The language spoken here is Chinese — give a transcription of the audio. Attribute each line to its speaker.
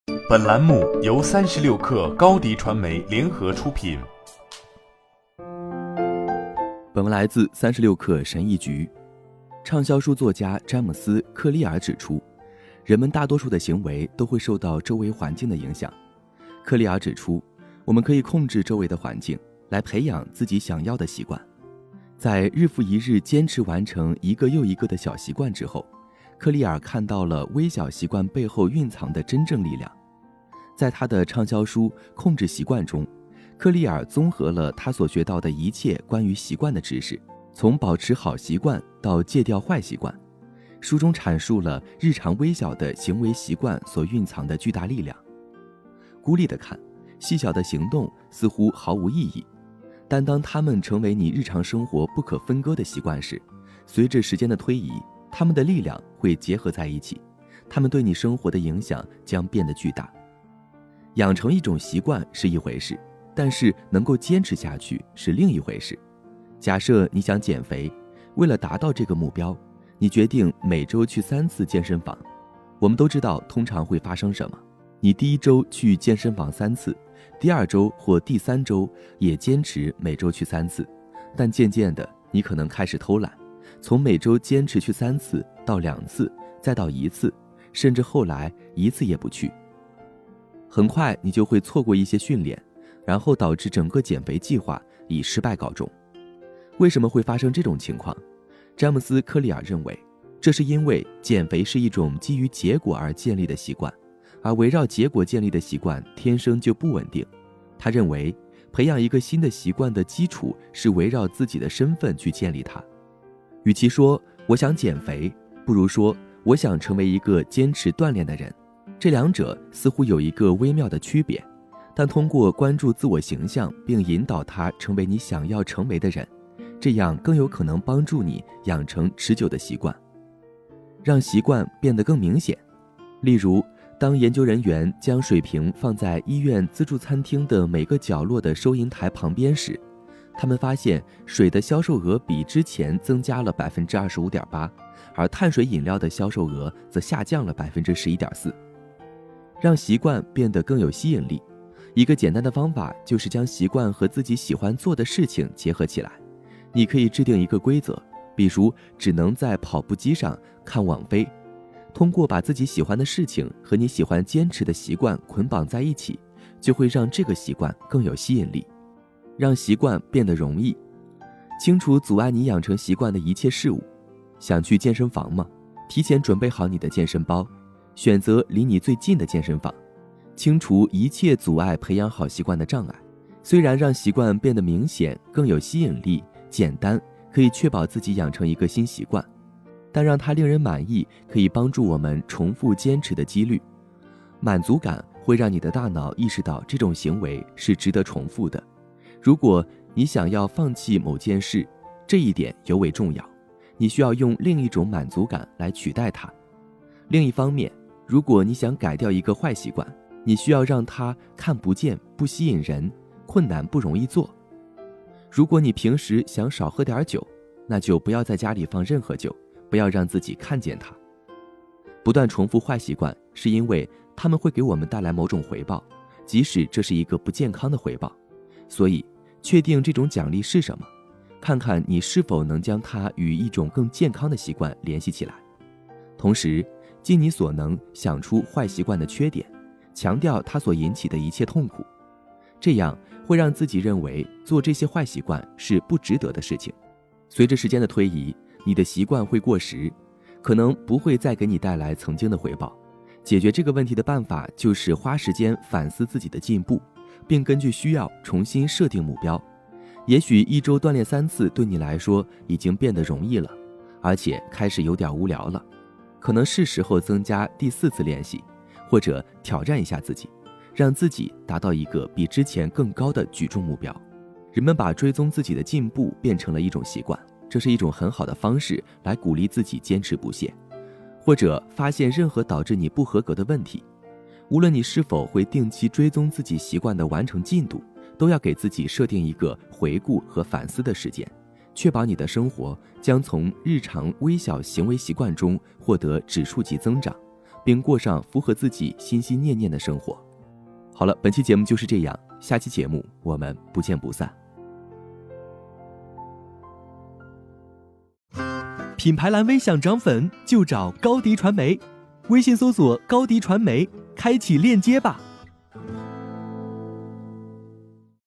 Speaker 1: 本栏目由36氪高迪传媒联合出品。
Speaker 2: 本文来自36氪神译局。畅销书作家詹姆斯·克利尔指出，人们大多数的行为都会受到周围环境的影响。克利尔指出，我们可以控制周围的环境，来培养自己想要的习惯。在日复一日坚持完成一个又一个的小习惯之后，克利尔看到了微小习惯背后蕴藏的真正力量。在他的畅销书《控制习惯》中，克利尔综合了他所学到的一切关于习惯的知识，从保持好习惯到戒掉坏习惯。书中阐述了日常微小的行为习惯所蕴藏的巨大力量。孤立地看，细小的行动似乎毫无意义，但当它们成为你日常生活不可分割的习惯时，随着时间的推移，它们的力量会结合在一起，它们对你生活的影响将变得巨大。养成一种习惯是一回事，但是能够坚持下去是另一回事。假设你想减肥，为了达到这个目标，你决定每周去3次健身房。我们都知道通常会发生什么，你第一周去健身房3次，第2周或第3周也坚持每周去3次，但渐渐的你可能开始偷懒，从每周坚持去3次到2次，再到1次，甚至后来1次也不去。很快你就会错过一些训练，然后导致整个减肥计划以失败告终。为什么会发生这种情况？詹姆斯·克利尔认为，这是因为减肥是一种基于结果而建立的习惯，而围绕结果建立的习惯天生就不稳定。他认为，培养一个新的习惯的基础是围绕自己的身份去建立它。与其说我想减肥，不如说我想成为一个坚持锻炼的人。这两者似乎有一个微妙的区别，但通过关注自我形象并引导它成为你想要成为的人，这样更有可能帮助你养成持久的习惯，让习惯变得更明显。例如，当研究人员将水瓶放在医院自助餐厅的每个角落的收银台旁边时，他们发现水的销售额比之前增加了 25.8%， 而碳水饮料的销售额则下降了 11.4%。让习惯变得更有吸引力，一个简单的方法就是将习惯和自己喜欢做的事情结合起来。你可以制定一个规则，比如只能在跑步机上看网飞。通过把自己喜欢的事情和你喜欢坚持的习惯捆绑在一起，就会让这个习惯更有吸引力，让习惯变得容易。清除阻碍你养成习惯的一切事物。想去健身房吗？提前准备好你的健身包，选择离你最近的健身房，清除一切阻碍培养好习惯的障碍。虽然让习惯变得明显、更有吸引力、简单，可以确保自己养成一个新习惯，但让它令人满意，可以帮助我们重复坚持的几率。满足感会让你的大脑意识到这种行为是值得重复的。如果你想要放弃某件事，这一点尤为重要，你需要用另一种满足感来取代它。另一方面，如果你想改掉一个坏习惯，你需要让它看不见、不吸引人、困难不容易做。如果你平时想少喝点酒，那就不要在家里放任何酒，不要让自己看见它。不断重复坏习惯，是因为它们会给我们带来某种回报，即使这是一个不健康的回报。所以，确定这种奖励是什么，看看你是否能将它与一种更健康的习惯联系起来。同时，尽你所能想出坏习惯的缺点，强调它所引起的一切痛苦，这样会让自己认为做这些坏习惯是不值得的事情。随着时间的推移，你的习惯会过时，可能不会再给你带来曾经的回报。解决这个问题的办法就是花时间反思自己的进步，并根据需要重新设定目标。也许1周锻炼3次对你来说已经变得容易了，而且开始有点无聊了，可能是时候增加第4次练习，或者挑战一下自己，让自己达到一个比之前更高的举重目标。人们把追踪自己的进步变成了一种习惯，这是一种很好的方式来鼓励自己坚持不懈，或者发现任何导致你不合格的问题。无论你是否会定期追踪自己习惯的完成进度，都要给自己设定一个回顾和反思的时间，确保你的生活将从日常微小行为习惯中获得指数级增长， 并过上符合自己心心念念的生活。好了，本期节目就是这样，下期节目我们不见不散。
Speaker 3: 品牌蓝 V 想涨粉就找高迪传媒，微信搜索高迪传媒，开启链接吧。